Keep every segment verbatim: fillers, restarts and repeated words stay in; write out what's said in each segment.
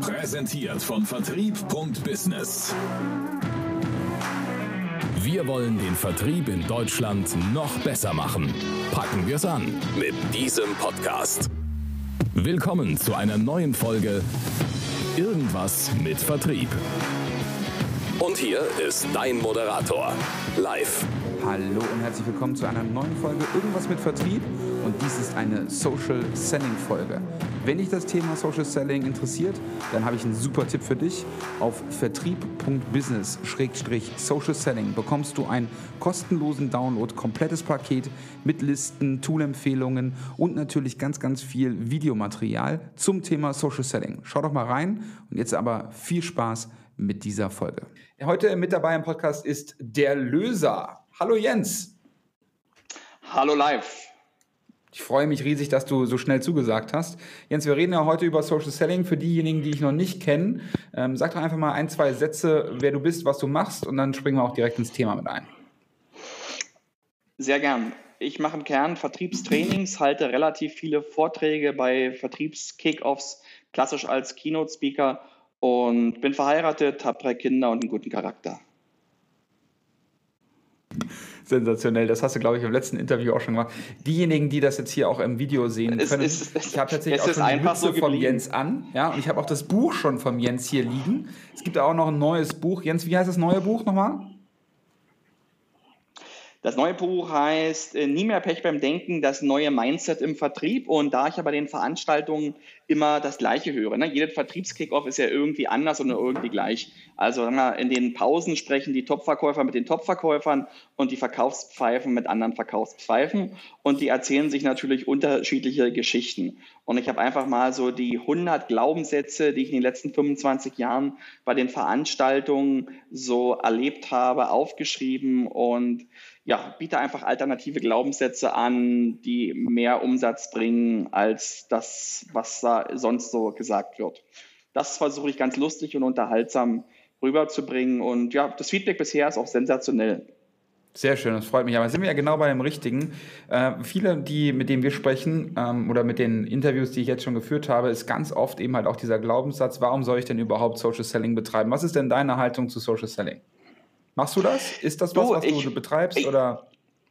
Präsentiert von Vertrieb Punkt Business. Wir wollen den Vertrieb in Deutschland noch besser machen. Packen wir's an mit diesem Podcast. Willkommen zu einer neuen Folge Irgendwas mit Vertrieb. Und hier ist dein Moderator, live. Hallo und herzlich willkommen zu einer neuen Folge Irgendwas mit Vertrieb. Und dies ist eine Social Selling Folge. Wenn dich das Thema Social Selling interessiert, dann habe ich einen super Tipp für dich. Auf vertrieb Punkt business Schrägstrich Social Selling bekommst du einen kostenlosen Download, komplettes Paket mit Listen, Tool-Empfehlungen und natürlich ganz, ganz viel Videomaterial zum Thema Social Selling. Schau doch mal rein und jetzt aber viel Spaß mit dieser Folge. Heute mit dabei im Podcast ist der Löser. Hallo Jens. Hallo live. Ich freue mich riesig, dass du so schnell zugesagt hast. Jens, wir reden ja heute über Social Selling. Für diejenigen, die ich noch nicht kenne, ähm, sag doch einfach mal ein, zwei Sätze, wer du bist, was du machst und dann springen wir auch direkt ins Thema mit ein. Sehr gern. Ich mache im Kern Vertriebstrainings, halte relativ viele Vorträge bei Vertriebs-Kick-Offs, klassisch als Keynote-Speaker und bin verheiratet, habe drei Kinder und einen guten Charakter. Sensationell, das hast du, glaube ich, im letzten Interview auch schon gemacht. Diejenigen, die das jetzt hier auch im Video sehen können, es, es, ich habe tatsächlich auch schon die Mütze so vom Jens an, ja, und ich habe auch das Buch schon vom Jens hier liegen. Es gibt auch noch ein neues Buch. Jens, wie heißt das neue Buch nochmal? Das neue Buch heißt äh, Nie mehr Pech beim Denken, das neue Mindset im Vertrieb. Und da ich aber den Veranstaltungen immer das Gleiche höre, ne? Jeder Vertriebskickoff ist ja irgendwie anders und irgendwie gleich. Also in den Pausen sprechen die Topverkäufer mit den Topverkäufern und die Verkaufspfeifen mit anderen Verkaufspfeifen. Und die erzählen sich natürlich unterschiedliche Geschichten. Und ich habe einfach mal so die hundert Glaubenssätze, die ich in den letzten fünfundzwanzig Jahren bei den Veranstaltungen so erlebt habe, aufgeschrieben und ja, biete einfach alternative Glaubenssätze an, die mehr Umsatz bringen als das, was da sonst so gesagt wird. Das versuche ich ganz lustig und unterhaltsam rüberzubringen und ja, das Feedback bisher ist auch sensationell. Sehr schön, das freut mich. Aber sind wir ja genau bei dem Richtigen. Äh, viele, die, mit denen wir sprechen ähm, oder mit den Interviews, die ich jetzt schon geführt habe, ist ganz oft eben halt auch dieser Glaubenssatz, warum soll ich denn überhaupt Social Selling betreiben? Was ist denn deine Haltung zu Social Selling? Machst du das? Ist das was, du, was ich, du betreibst? Ich, oder?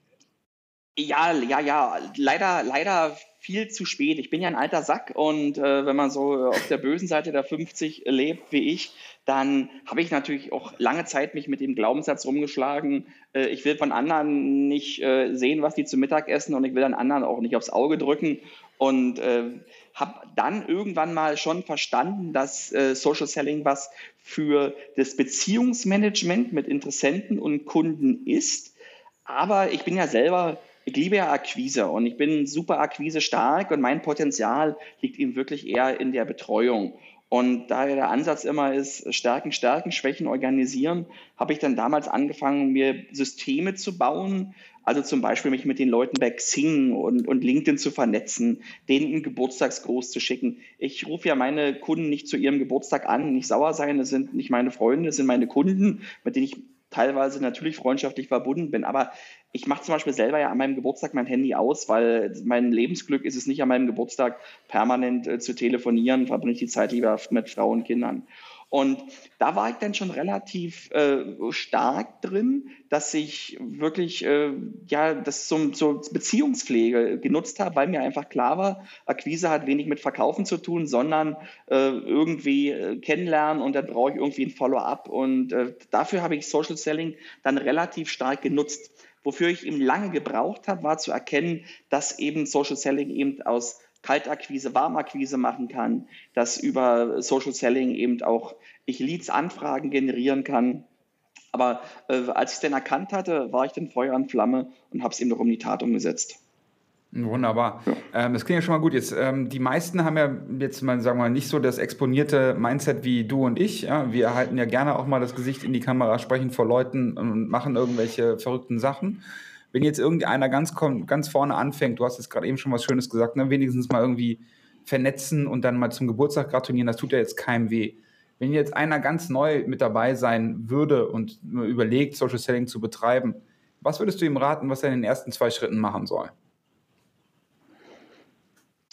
Ja, ja, ja. Leider, leider viel zu spät. Ich bin ja ein alter Sack und äh, wenn man so auf der bösen Seite der fünfzig lebt wie ich, dann habe ich natürlich auch lange Zeit mich mit dem Glaubenssatz rumgeschlagen. Äh, ich will von anderen nicht äh, sehen, was die zu Mittag essen und ich will an anderen auch nicht aufs Auge drücken. Und äh, habe dann irgendwann mal schon verstanden, dass äh, Social Selling was für das Beziehungsmanagement mit Interessenten und Kunden ist. Aber ich bin ja selber, ich liebe ja Akquise und ich bin super Akquise stark und mein Potenzial liegt eben wirklich eher in der Betreuung. Und da der Ansatz immer ist, stärken, stärken, schwächen, organisieren, habe ich dann damals angefangen, mir Systeme zu bauen, also zum Beispiel mich mit den Leuten bei Xing und, und LinkedIn zu vernetzen, denen einen Geburtstagsgruß zu schicken. Ich rufe ja meine Kunden nicht zu ihrem Geburtstag an, nicht sauer sein, das sind nicht meine Freunde, das sind meine Kunden, mit denen ich teilweise natürlich freundschaftlich verbunden bin, aber ich mache zum Beispiel selber ja an meinem Geburtstag mein Handy aus, weil mein Lebensglück ist es nicht, an meinem Geburtstag permanent äh, zu telefonieren, verbringe ich die Zeit lieber mit Frauen und Kindern. Und da war ich dann schon relativ äh, stark drin, dass ich wirklich äh, ja das zum, zur Beziehungspflege genutzt habe, weil mir einfach klar war, Akquise hat wenig mit Verkaufen zu tun, sondern äh, irgendwie äh, kennenlernen und dann brauche ich irgendwie ein Follow-up. Und äh, dafür habe ich Social Selling dann relativ stark genutzt. Wofür ich eben lange gebraucht habe, war zu erkennen, dass eben Social Selling eben aus Kaltakquise, Warmakquise machen kann, dass über Social Selling eben auch ich Leads, Anfragen generieren kann. Aber äh, als ich es dann erkannt hatte, war ich dann Feuer und Flamme und habe es eben noch um die Tat umgesetzt. Wunderbar. Ja. Ähm, das klingt ja schon mal gut. Jetzt, ähm, die meisten haben ja jetzt mal, sagen wir mal, nicht so das exponierte Mindset wie du und ich. Ja? Wir halten ja gerne auch mal das Gesicht in die Kamera, sprechen vor Leuten und machen irgendwelche verrückten Sachen. Wenn jetzt irgendeiner ganz, ganz vorne anfängt, du hast jetzt gerade eben schon was Schönes gesagt, ne? Wenigstens mal irgendwie vernetzen und dann mal zum Geburtstag gratulieren, das tut ja jetzt keinem weh. Wenn jetzt einer ganz neu mit dabei sein würde und überlegt, Social Selling zu betreiben, was würdest du ihm raten, was er in den ersten zwei Schritten machen soll?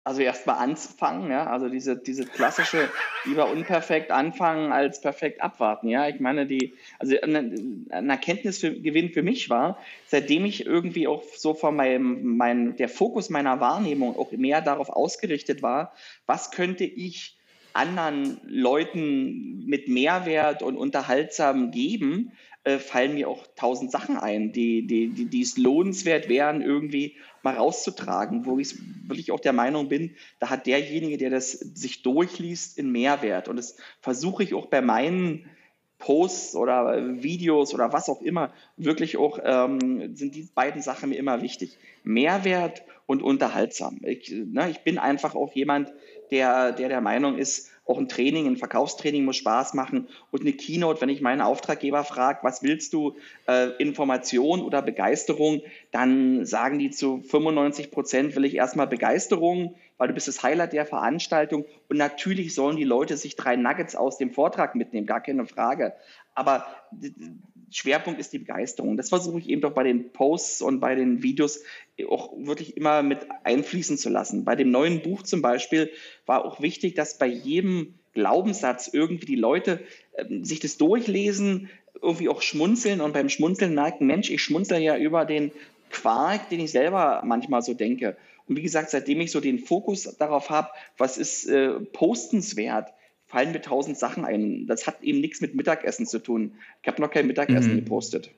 Also erstmal anfangen, ja, also diese, diese klassische, lieber unperfekt anfangen als perfekt abwarten, ja. Ich meine, die, also ein, ein Erkenntnisgewinn für mich war, seitdem ich irgendwie auch so von meinem, mein, der Fokus meiner Wahrnehmung auch mehr darauf ausgerichtet war, was könnte ich anderen Leuten mit Mehrwert und unterhaltsam geben, äh, fallen mir auch tausend Sachen ein, die, die, die, die es lohnenswert wären, irgendwie mal rauszutragen, wo ich wirklich auch der Meinung bin, da hat derjenige, der das sich durchliest, einen Mehrwert. Und das versuche ich auch bei meinen Posts oder Videos oder was auch immer, wirklich auch, ähm, sind die beiden Sachen mir immer wichtig. Mehrwert und unterhaltsam. Ich, ne, ich bin einfach auch jemand, der, der der Meinung ist, auch ein Training, ein Verkaufstraining muss Spaß machen und eine Keynote, wenn ich meinen Auftraggeber frage, was willst du, äh, Information oder Begeisterung, dann sagen die zu fünfundneunzig Prozent will ich erstmal Begeisterung, weil du bist das Highlight der Veranstaltung und natürlich sollen die Leute sich drei Nuggets aus dem Vortrag mitnehmen, gar keine Frage, aber Schwerpunkt ist die Begeisterung. Das versuche ich eben doch bei den Posts und bei den Videos auch wirklich immer mit einfließen zu lassen. Bei dem neuen Buch zum Beispiel war auch wichtig, dass bei jedem Glaubenssatz irgendwie die Leute äh, sich das durchlesen, irgendwie auch schmunzeln und beim Schmunzeln merken, Mensch, ich schmunzel ja über den Quark, den ich selber manchmal so denke. Und wie gesagt, seitdem ich so den Fokus darauf habe, was ist äh, postenswert, fallen mir tausend Sachen ein. Das hat eben nichts mit Mittagessen zu tun. Ich habe noch kein Mittagessen mhm. gepostet.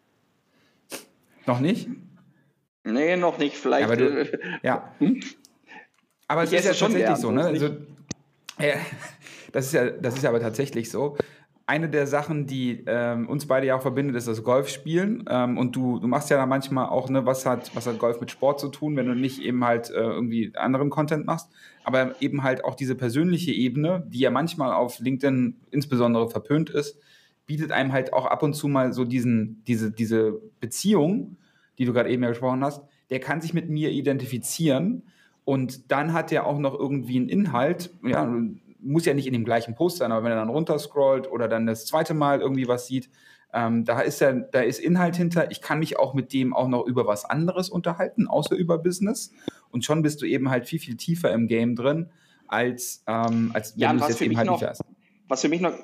Noch nicht? Nee, noch nicht. Vielleicht. Aber du, äh, ja. Hm? Aber es ist ja schon tatsächlich so, ne? Also, äh, das ist ja, das ist ja aber tatsächlich so. Eine der Sachen, die ähm, uns beide ja auch verbindet, ist das Golfspielen. Ähm, und du, du machst ja da manchmal auch, ne, was hat, was hat Golf mit Sport zu tun, wenn du nicht eben halt äh, irgendwie anderen Content machst, aber eben halt auch diese persönliche Ebene, die ja manchmal auf LinkedIn insbesondere verpönt ist, bietet einem halt auch ab und zu mal so diesen, diese, diese Beziehung, die du gerade eben ja gesprochen hast, der kann sich mit mir identifizieren und dann hat der auch noch irgendwie einen Inhalt, ja, muss ja nicht in dem gleichen Post sein, aber wenn er dann runterscrollt oder dann das zweite Mal irgendwie was sieht, ähm, da ist ja, da ist Inhalt hinter. Ich kann mich auch mit dem auch noch über was anderes unterhalten, außer über Business. Und schon bist du eben halt viel, viel tiefer im Game drin, als, ähm, als wenn ja, du es jetzt eben halt noch, nicht hast. Was für mich noch...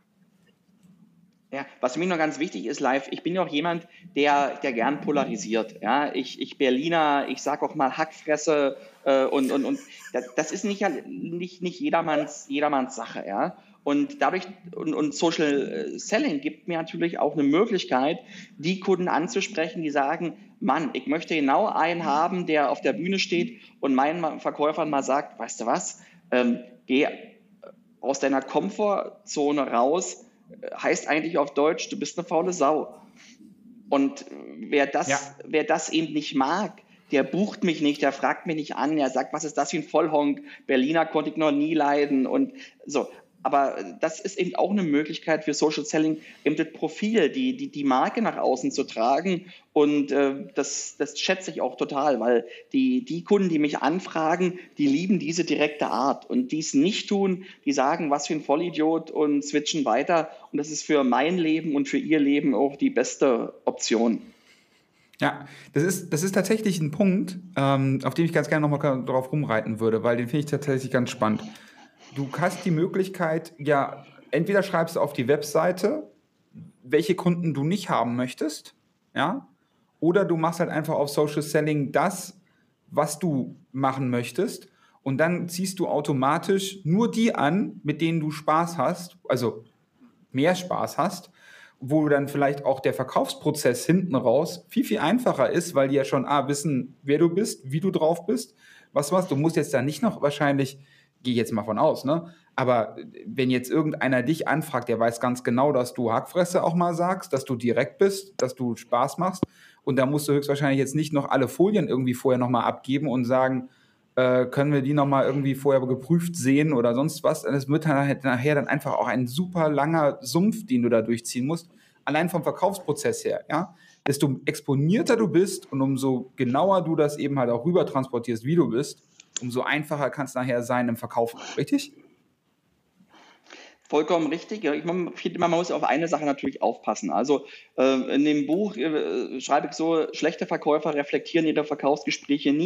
Ja, was für mich noch ganz wichtig ist, live, ich bin ja auch jemand, der, der gern polarisiert. Ja, ich, ich Berliner, ich sage auch mal Hackfresse äh, und, und, und das, das ist nicht, nicht, nicht jedermanns, jedermanns Sache. Ja? Und dadurch, und, und Social Selling gibt mir natürlich auch eine Möglichkeit, die Kunden anzusprechen, die sagen, Mann, ich möchte genau einen haben, der auf der Bühne steht und meinen Verkäufern mal sagt, weißt du was, ähm, geh aus deiner Komfortzone raus, heißt eigentlich auf Deutsch, du bist eine faule Sau. Und wer das, ja. wer das eben nicht mag, der bucht mich nicht, der fragt mich nicht an, der sagt, was ist das für ein Vollhonk, Berliner konnte ich noch nie leiden und so. Aber das ist eben auch eine Möglichkeit für Social Selling, eben das Profil, die, die, die Marke nach außen zu tragen. Und äh, das, das schätze ich auch total, weil die, die Kunden, die mich anfragen, die lieben diese direkte Art. Und die es nicht tun, die sagen, was für ein Vollidiot und switchen weiter. Und das ist für mein Leben und für ihr Leben auch die beste Option. Ja, das ist, das ist tatsächlich ein Punkt, ähm, auf den ich ganz gerne nochmal drauf rumreiten würde, weil den finde ich tatsächlich ganz spannend. Du hast die Möglichkeit, ja, entweder schreibst du auf die Webseite, welche Kunden du nicht haben möchtest, ja, oder du machst halt einfach auf Social Selling das, was du machen möchtest und dann ziehst du automatisch nur die an, mit denen du Spaß hast, also mehr Spaß hast, wo dann vielleicht auch der Verkaufsprozess hinten raus viel, viel einfacher ist, weil die ja schon ah, wissen, wer du bist, wie du drauf bist, was was. Du musst jetzt da nicht noch wahrscheinlich, gehe ich jetzt mal von aus, ne? Aber wenn jetzt irgendeiner dich anfragt, der weiß ganz genau, dass du Hackfresse auch mal sagst, dass du direkt bist, dass du Spaß machst und da musst du höchstwahrscheinlich jetzt nicht noch alle Folien irgendwie vorher nochmal abgeben und sagen, äh, können wir die nochmal irgendwie vorher geprüft sehen oder sonst was. Das wird dann nachher dann einfach auch ein super langer Sumpf, den du da durchziehen musst, allein vom Verkaufsprozess her, ja. Desto exponierter du bist und umso genauer du das eben halt auch rüber transportierst, wie du bist, umso einfacher kann es nachher sein im Verkauf. Richtig? Vollkommen richtig. Ich finde, man muss auf eine Sache natürlich aufpassen. Also äh, in dem Buch äh, schreibe ich so, schlechte Verkäufer reflektieren ihre Verkaufsgespräche nie.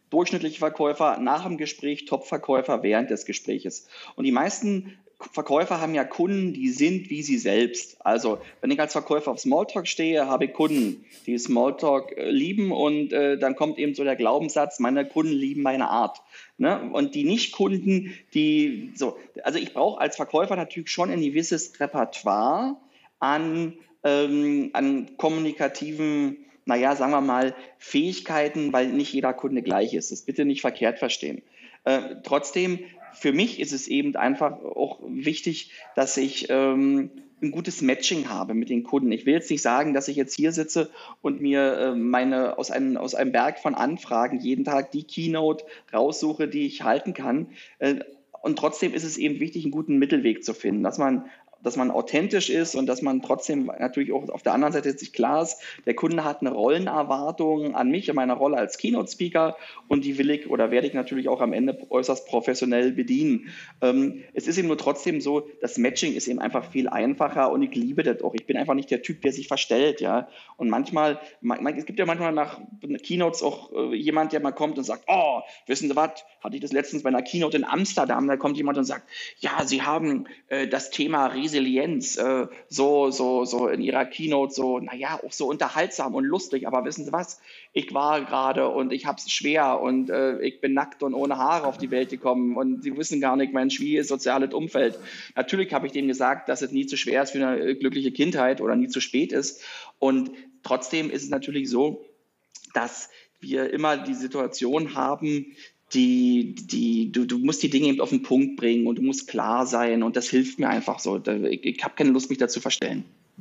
durchschnittliche Verkäufer nach dem Gespräch, Top-Verkäufer während des Gespräches. Und die meisten Verkäufer haben ja Kunden, die sind wie sie selbst. Also wenn ich als Verkäufer auf Smalltalk stehe, habe ich Kunden, die Smalltalk äh, lieben und äh, dann kommt eben so der Glaubenssatz, meine Kunden lieben meine Art. Ne? Und die Nicht-Kunden, die so, also ich brauche als Verkäufer natürlich schon ein gewisses Repertoire an, ähm, an kommunikativen, naja, sagen wir mal, Fähigkeiten, weil nicht jeder Kunde gleich ist. Das bitte nicht verkehrt verstehen. Äh, trotzdem, für mich ist es eben einfach auch wichtig, dass ich ähm, ein gutes Matching habe mit den Kunden. Ich will jetzt nicht sagen, dass ich jetzt hier sitze und mir äh, meine aus einem, aus einem Berg von Anfragen jeden Tag die Keynote raussuche, die ich halten kann. Äh, und trotzdem ist es eben wichtig, einen guten Mittelweg zu finden, dass man dass man authentisch ist und dass man trotzdem natürlich auch auf der anderen Seite sich klar ist, der Kunde hat eine Rollenerwartung an mich in meiner Rolle als Keynote-Speaker und die will ich oder werde ich natürlich auch am Ende äußerst professionell bedienen. Ähm, es ist eben nur trotzdem so, das Matching ist eben einfach viel einfacher und ich liebe das auch. Ich bin einfach nicht der Typ, der sich verstellt, ja. Und manchmal, man, es gibt ja manchmal nach Keynotes auch äh, jemand, der mal kommt und sagt, oh, wissen Sie was, hatte ich das letztens bei einer Keynote in Amsterdam, da kommt jemand und sagt, ja, Sie haben äh, das Thema Resilienz äh, so, so, so in Ihrer Keynote so, naja, auch so unterhaltsam und lustig, aber wissen Sie was, ich war gerade und ich habe es schwer und äh, ich bin nackt und ohne Haare auf die Welt gekommen und Sie wissen gar nicht, mein schwieriges soziales Umfeld. Natürlich habe ich dem gesagt, dass es nie zu schwer ist für eine glückliche Kindheit oder nie zu spät ist und trotzdem ist es natürlich so, dass wir immer die Situation haben, die, die, du, du musst die Dinge eben auf den Punkt bringen und du musst klar sein und das hilft mir einfach so. Ich, ich habe keine Lust, mich dazu verstellen.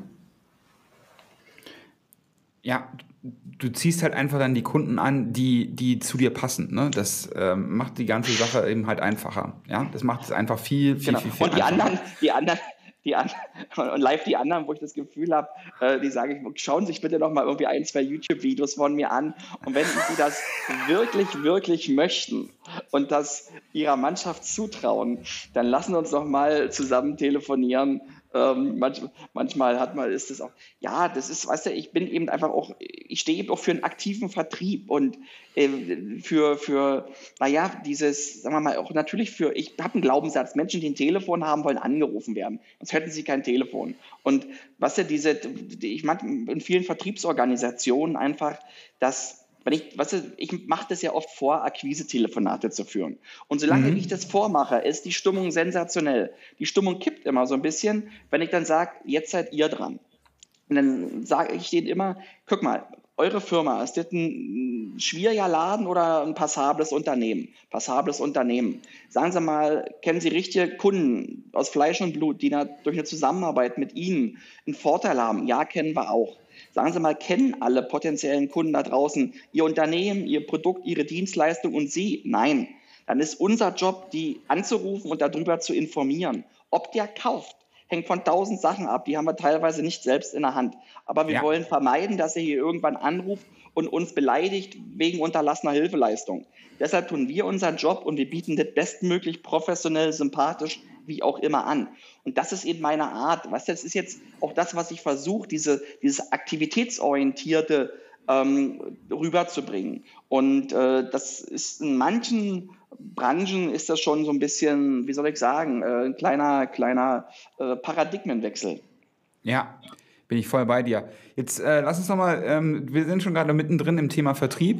Ja, du ziehst halt einfach dann die Kunden an, die, die zu dir passen. Ne? Das ähm, macht die ganze Sache eben halt einfacher. Ja? Das macht es einfach viel, viel, genau. viel, viel und die einfacher. Anderen, die anderen, die anderen, und live die anderen, wo ich das Gefühl habe, äh, die sage ich, schauen Sie sich bitte noch mal irgendwie ein, zwei YouTube-Videos von mir an. Und wenn Sie das wirklich, wirklich möchten und das Ihrer Mannschaft zutrauen, dann lassen Sie uns noch mal zusammen telefonieren. Ähm, manch, manchmal hat man, ist das auch, ja, das ist, weißt du, ich bin eben einfach auch, ich stehe eben auch für einen aktiven Vertrieb und äh, für, für, naja, dieses, sagen wir mal, auch natürlich für, ich habe einen Glaubenssatz, Menschen, die ein Telefon haben, wollen angerufen werden, sonst hätten sie kein Telefon. Und was ja diese, ich meine, in vielen Vertriebsorganisationen einfach, dass Wenn ich, weißt du, ich mache das ja oft vor, Akquise-Telefonate zu führen. Und solange mhm. ich das vormache, ist die Stimmung sensationell. Die Stimmung kippt immer so ein bisschen, wenn ich dann sage, jetzt seid ihr dran. Und dann sage ich denen immer, guck mal, eure Firma, ist das ein schwieriger Laden oder ein passables Unternehmen? Passables Unternehmen. Sagen Sie mal, kennen Sie richtige Kunden aus Fleisch und Blut, die durch eine Zusammenarbeit mit Ihnen einen Vorteil haben? Ja, kennen wir auch. Sagen Sie mal, kennen alle potenziellen Kunden da draußen Ihr Unternehmen, Ihr Produkt, Ihre Dienstleistung und Sie? Nein. Dann ist unser Job, die anzurufen und darüber zu informieren. Ob der kauft, hängt von tausend Sachen ab. Die haben wir teilweise nicht selbst in der Hand. Aber wir ja. wollen vermeiden, dass er hier irgendwann anruft und uns beleidigt wegen unterlassener Hilfeleistung. Deshalb tun wir unseren Job und wir bieten das bestmöglich professionell, sympathisch, wie auch immer an. Und das ist eben meine Art. Weißt du, das ist jetzt auch das, was ich versuche, diese, dieses aktivitätsorientierte ähm, rüberzubringen. Und äh, das ist in manchen Branchen ist das schon so ein bisschen, wie soll ich sagen, äh, ein kleiner, kleiner äh, Paradigmenwechsel. Ja, bin ich voll bei dir. Jetzt äh, lass uns nochmal, ähm, wir sind schon gerade mittendrin im Thema Vertrieb.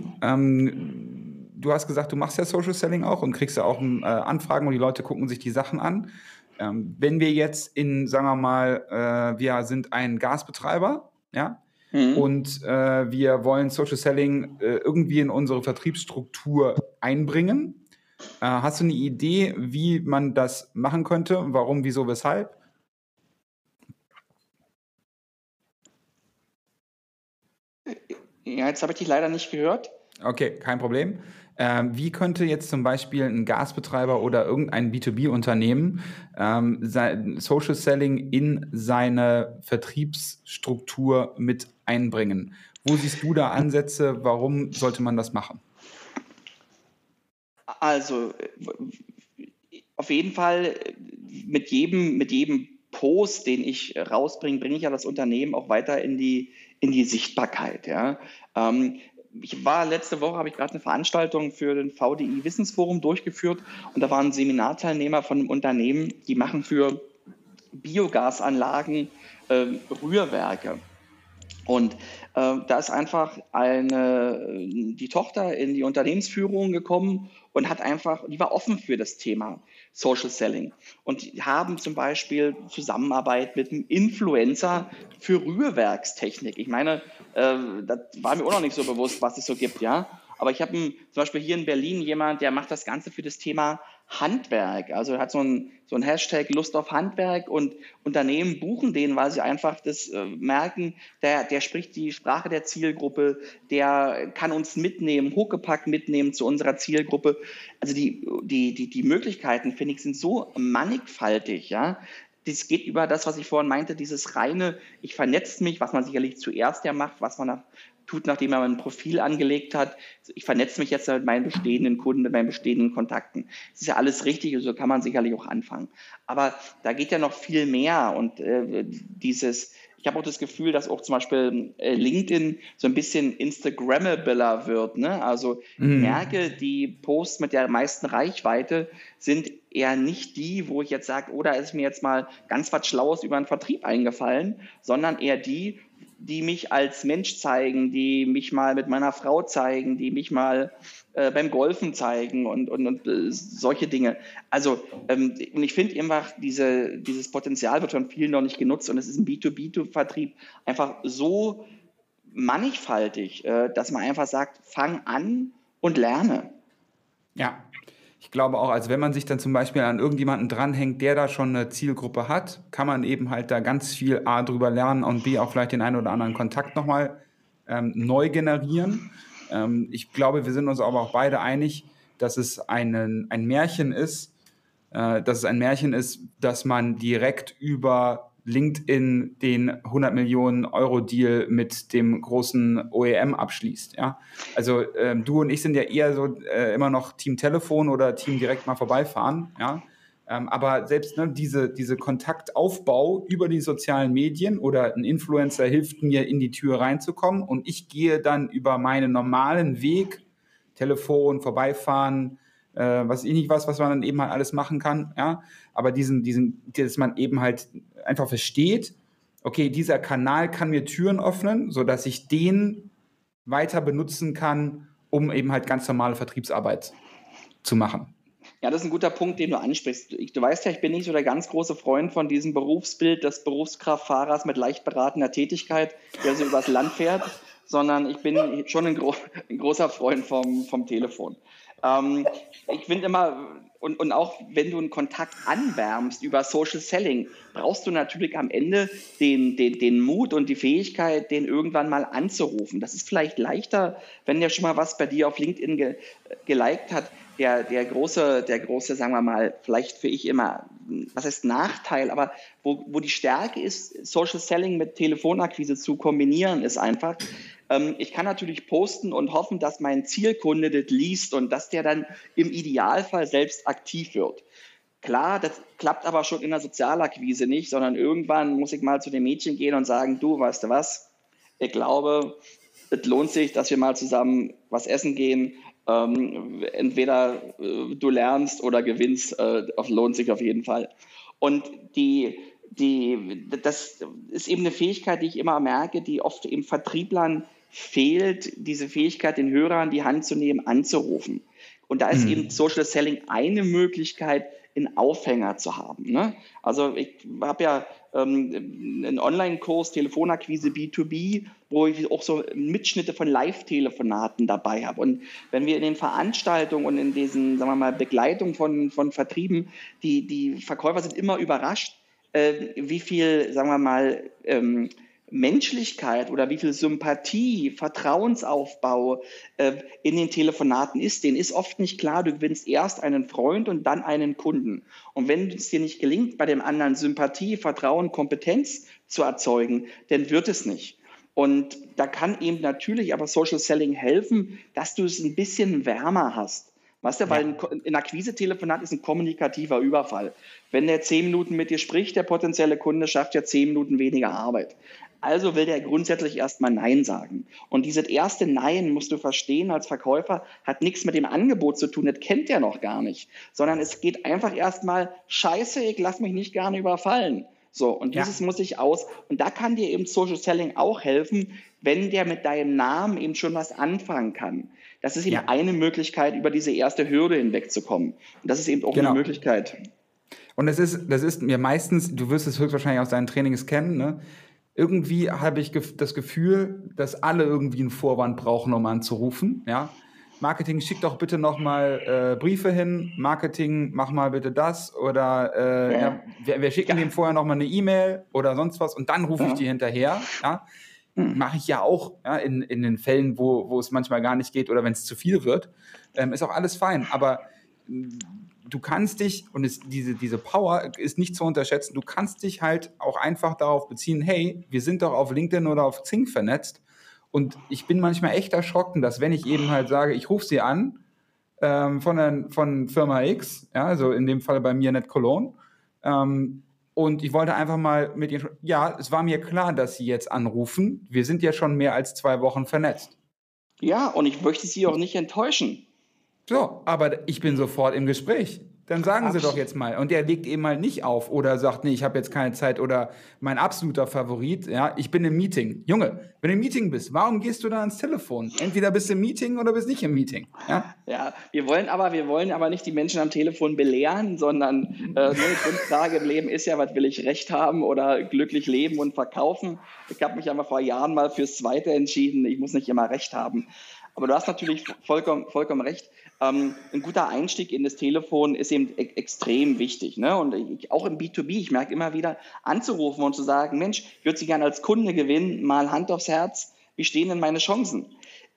Ähm, du hast gesagt, du machst ja Social Selling auch und kriegst ja auch äh, Anfragen und die Leute gucken sich die Sachen an. Ähm, wenn wir jetzt in, sagen wir mal, äh, wir sind ein Gasbetreiber, ja, mhm. und äh, wir wollen Social Selling äh, irgendwie in unsere Vertriebsstruktur einbringen. Äh, hast du eine Idee, wie man das machen könnte? Warum, wieso, weshalb? Ja, jetzt habe ich dich leider nicht gehört. Okay, kein Problem. Ähm, wie könnte jetzt zum Beispiel ein Gasbetreiber oder irgendein B zwei B-Unternehmen ähm, Social Selling in seine Vertriebsstruktur mit einbringen? Wo siehst du da Ansätze? Warum sollte man das machen? Also auf jeden Fall mit jedem, mit jedem Post, den ich rausbringe, bringe ich ja das Unternehmen auch weiter in die, in die Sichtbarkeit. Ja. Ähm, ich war letzte Woche, habe ich gerade eine Veranstaltung für den V D I Wissensforum durchgeführt und da waren Seminarteilnehmer von einem Unternehmen, die machen für Biogasanlagen äh, Rührwerke. Und äh, da ist einfach eine, die Tochter in die Unternehmensführung gekommen und hat einfach, die war offen für das Thema Social Selling. Und die haben zum Beispiel Zusammenarbeit mit einem Influencer für Rührwerkstechnik. Ich meine, äh, das war mir auch noch nicht so bewusst, was es so gibt, ja. Aber ich habe zum Beispiel hier in Berlin jemand, der macht das Ganze für das Thema Handwerk. Also er hat so ein, so ein Hashtag Lust auf Handwerk und Unternehmen buchen den, weil sie einfach das äh, merken, der, der spricht die Sprache der Zielgruppe, der kann uns mitnehmen, Huckepack mitnehmen zu unserer Zielgruppe. Also die, die, die, die Möglichkeiten, finde ich, sind so mannigfaltig, ja. Das geht über das, was ich vorhin meinte, dieses reine, ich vernetze mich, was man sicherlich zuerst ja macht, was man nach, tut, nachdem man ein Profil angelegt hat. Ich vernetze mich jetzt mit meinen bestehenden Kunden, mit meinen bestehenden Kontakten. Das ist ja alles richtig und so kann man sicherlich auch anfangen. Aber da geht ja noch viel mehr und äh, dieses, ich habe auch das Gefühl, dass auch zum Beispiel äh, LinkedIn so ein bisschen Instagrammabler wird. Ne? Also mhm. ich merke, die Posts mit der meisten Reichweite sind eher nicht die, wo ich jetzt sage, oh, da ist mir jetzt mal ganz was Schlaues über einen Vertrieb eingefallen, sondern eher die, die mich als Mensch zeigen, die mich mal mit meiner Frau zeigen, die mich mal äh, beim Golfen zeigen und, und, und äh, solche Dinge. Also ähm, und ich finde einfach, diese, dieses Potenzial wird von vielen noch nicht genutzt und es ist im B zwei B Vertrieb einfach so mannigfaltig, äh, dass man einfach sagt, fang an und lerne. Ja. Ich glaube auch, also wenn man sich dann zum Beispiel an irgendjemanden dranhängt, der da schon eine Zielgruppe hat, kann man eben halt da ganz viel A drüber lernen und B auch vielleicht den einen oder anderen Kontakt nochmal ähm, neu generieren. Ähm, ich glaube, wir sind uns aber auch beide einig, dass es einen, ein Märchen ist, äh, dass es ein Märchen ist, dass man direkt über LinkedIn den hundert Millionen Euro Deal mit dem großen O E M abschließt. Ja? Also ähm, du und ich sind ja eher so äh, immer noch Team Telefon oder Team direkt mal vorbeifahren. Ja? Ähm, aber selbst ne, diese, diese Kontaktaufbau über die sozialen Medien oder ein Influencer hilft mir, in die Tür reinzukommen und ich gehe dann über meinen normalen Weg, Telefon, vorbeifahren, äh, was ich nicht was, was man dann eben halt alles machen kann, ja, aber diesen, diesen, dass man eben halt einfach versteht, okay, dieser Kanal kann mir Türen öffnen, sodass ich den weiter benutzen kann, um eben halt ganz normale Vertriebsarbeit zu machen. Ja, das ist ein guter Punkt, den du ansprichst. Ich, du weißt ja, ich bin nicht so der ganz große Freund von diesem Berufsbild des Berufskraftfahrers mit leicht beratender Tätigkeit, der so übers Land fährt, sondern ich bin schon ein, gro- ein großer Freund vom, vom Telefon. Ähm, ich finde immer, und, und auch wenn du einen Kontakt anwärmst über Social Selling, brauchst du natürlich am Ende den, den, den Mut und die Fähigkeit, den irgendwann mal anzurufen. Das ist vielleicht leichter, wenn der schon mal was bei dir auf LinkedIn ge, geliked hat. Der, der große, der große, sagen wir mal, vielleicht für ich immer, was heißt Nachteil, aber wo, wo die Stärke ist, Social Selling mit Telefonakquise zu kombinieren, ist einfach, ähm, ich kann natürlich posten und hoffen, dass mein Zielkunde das liest und dass der dann im Idealfall selbst aktiv wird. Klar, das klappt aber schon in der Sozialakquise nicht, sondern irgendwann muss ich mal zu dem Mädchen gehen und sagen, du, weißt du was, ich glaube, es lohnt sich, dass wir mal zusammen was essen gehen. Ähm, entweder äh, du lernst oder gewinnst, äh, lohnt sich auf jeden Fall. Und die, die, das ist eben eine Fähigkeit, die ich immer merke, die oft im Vertrieblern fehlt, diese Fähigkeit, den Hörer in die Hand zu nehmen, anzurufen. Und da ist mhm. eben Social Selling eine Möglichkeit, einen Aufhänger zu haben. Ne? Also ich habe ja ähm, einen Online-Kurs Telefonakquise B zwei B, wo ich auch so Mitschnitte von Live-Telefonaten dabei habe. Und wenn wir in den Veranstaltungen und in diesen, sagen wir mal, Begleitung von, von Vertrieben, die, die Verkäufer sind immer überrascht, äh, wie viel, sagen wir mal, ähm, Menschlichkeit oder wie viel Sympathie, Vertrauensaufbau äh, in den Telefonaten ist, denen ist oft nicht klar, du gewinnst erst einen Freund und dann einen Kunden. Und wenn es dir nicht gelingt, bei dem anderen Sympathie, Vertrauen, Kompetenz zu erzeugen, dann wird es nicht. Und da kann eben natürlich aber Social Selling helfen, dass du es ein bisschen wärmer hast. Weißt du, weil ein Akquise-Telefonat ist ein kommunikativer Überfall. Wenn der zehn Minuten mit dir spricht, der potenzielle Kunde, schafft ja zehn Minuten weniger Arbeit. Also will der grundsätzlich erstmal Nein sagen. Und dieses erste Nein, musst du verstehen, als Verkäufer, hat nichts mit dem Angebot zu tun, das kennt der noch gar nicht. Sondern es geht einfach erstmal, scheiße, ich lass mich nicht gerne überfallen. So, und dieses ja. muss ich aus. Und da kann dir eben Social Selling auch helfen, wenn der mit deinem Namen eben schon was anfangen kann. Das ist eben ja. eine Möglichkeit, über diese erste Hürde hinwegzukommen. Und das ist eben auch genau. eine Möglichkeit. Und das ist, das ist mir meistens, du wirst es höchstwahrscheinlich aus deinen Trainings kennen, ne? Irgendwie habe ich gef- das Gefühl, dass alle irgendwie einen Vorwand brauchen, um anzurufen. Ja? Marketing, schick doch bitte nochmal äh, Briefe hin. Marketing, mach mal bitte das. Oder äh, ja. Ja, wir, wir schicken ja. dem vorher nochmal eine E-Mail oder sonst was und dann rufe ja. ich die hinterher. Ja? Hm. Mache ich ja auch ja, in, in den Fällen, wo, wo es manchmal gar nicht geht oder wenn es zu viel wird. Ähm, ist auch alles fein. Aber du kannst dich, und es, diese, diese Power ist nicht zu unterschätzen, du kannst dich halt auch einfach darauf beziehen, hey, wir sind doch auf LinkedIn oder auf Xing vernetzt und ich bin manchmal echt erschrocken, dass wenn ich eben halt sage, ich rufe sie an ähm, von, der, von Firma X, ja, also in dem Fall bei mir Net Cologne, ähm, und ich wollte einfach mal mit ihnen, ja, es war mir klar, dass sie jetzt anrufen, wir sind ja schon mehr als zwei Wochen vernetzt. Ja, und ich möchte sie auch nicht enttäuschen. So, aber ich bin sofort im Gespräch. Dann sagen Absolut. Sie doch jetzt mal. Und der legt eben mal nicht auf oder sagt, nee, ich habe jetzt keine Zeit oder mein absoluter Favorit, ja, ich bin im Meeting. Junge, wenn du im Meeting bist, warum gehst du dann ans Telefon? Entweder bist du im Meeting oder bist nicht im Meeting. Ja, ja wir wollen aber, wir wollen aber nicht die Menschen am Telefon belehren, sondern äh, eine Grundfrage im Leben ist ja, was will ich Recht haben oder glücklich leben und verkaufen? Ich habe mich aber vor Jahren mal fürs Zweite entschieden. Ich muss nicht immer Recht haben. Aber du hast natürlich vollkommen, vollkommen recht. Ähm, ein guter Einstieg in das Telefon ist eben e- extrem wichtig. Ne? Und ich, auch im B zwei B, ich merke immer wieder, anzurufen und zu sagen, Mensch, ich würde Sie gerne als Kunde gewinnen, mal Hand aufs Herz, wie stehen denn meine Chancen?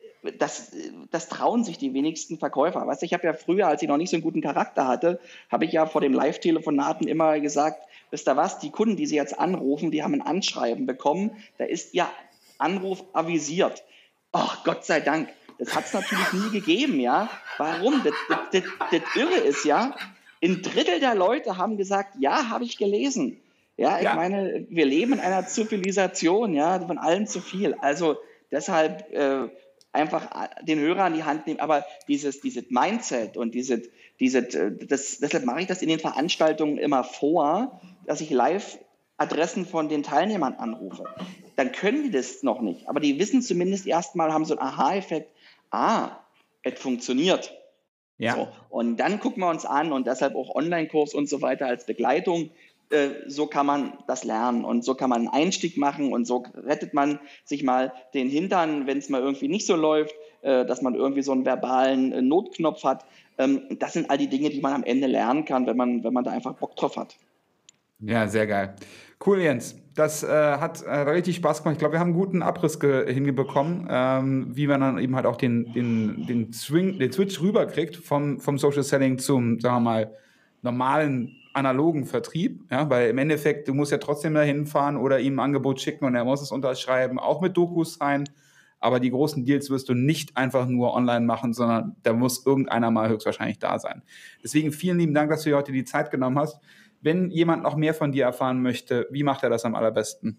Das, das trauen sich die wenigsten Verkäufer. Weißt du, ich habe ja früher, als ich noch nicht so einen guten Charakter hatte, habe ich ja vor dem Live-Telefonaten immer gesagt, wisst ihr was, die Kunden, die Sie jetzt anrufen, die haben ein Anschreiben bekommen, da ist Ihr Anruf avisiert. Ach, Gott sei Dank. Das hat es natürlich nie gegeben, ja. Warum? Das, das, das, das Irre ist, ja, ein Drittel der Leute haben gesagt, ja, habe ich gelesen. Ja, ich ja. meine, wir leben in einer Zivilisation, ja, von allem zu viel. Also deshalb äh, einfach den Hörer an die Hand nehmen. Aber dieses, dieses Mindset und dieses, dieses, das, deshalb mache ich das in den Veranstaltungen immer vor, dass ich live Adressen von den Teilnehmern anrufe. Dann können die das noch nicht. Aber die wissen zumindest erstmal, haben so einen Aha-Effekt. Ah, es funktioniert. Ja. So, und dann gucken wir uns an und deshalb auch Online-Kurs und so weiter als Begleitung. Äh, so kann man das lernen und so kann man einen Einstieg machen und so rettet man sich mal den Hintern, wenn es mal irgendwie nicht so läuft, äh, dass man irgendwie so einen verbalen äh, Notknopf hat. Ähm, das sind all die Dinge, die man am Ende lernen kann, wenn man, wenn man da einfach Bock drauf hat. Ja, sehr geil. Cool, Jens. Das äh, hat äh, richtig Spaß gemacht. Ich glaube, wir haben einen guten Abriss ge- hinbekommen, ähm, wie man dann eben halt auch den, den, den, Swing, den Switch rüberkriegt vom, vom Social Selling zum, sagen wir mal, normalen analogen Vertrieb. Ja, weil im Endeffekt, du musst ja trotzdem da hinfahren oder ihm ein Angebot schicken und er muss es unterschreiben, auch mit Dokus sein. Aber die großen Deals wirst du nicht einfach nur online machen, sondern da muss irgendeiner mal höchstwahrscheinlich da sein. Deswegen vielen lieben Dank, dass du dir heute die Zeit genommen hast. Wenn jemand noch mehr von dir erfahren möchte, wie macht er das am allerbesten?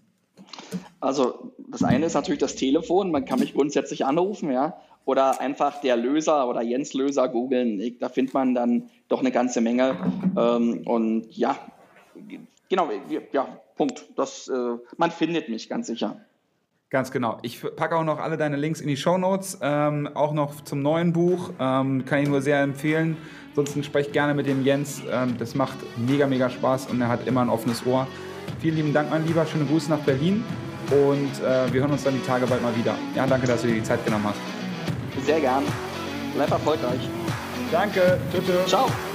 Also das eine ist natürlich das Telefon, man kann mich grundsätzlich anrufen, ja, oder einfach der Löser oder Jens Löser googeln, da findet man dann doch eine ganze Menge. Ähm, und ja, genau, ja, Punkt. Das, äh, man findet mich ganz sicher. Ganz genau. Ich packe auch noch alle deine Links in die Shownotes, ähm, auch noch zum neuen Buch, ähm, kann ich nur sehr empfehlen. Ansonsten sprecht gerne mit dem Jens, ähm, das macht mega, mega Spaß und er hat immer ein offenes Ohr. Vielen lieben Dank, mein Lieber, schöne Grüße nach Berlin und äh, wir hören uns dann die Tage bald mal wieder. Ja, danke, dass du dir die Zeit genommen hast. Sehr gern. Bleib erfolgreich. Danke. Tschüss. Ciao.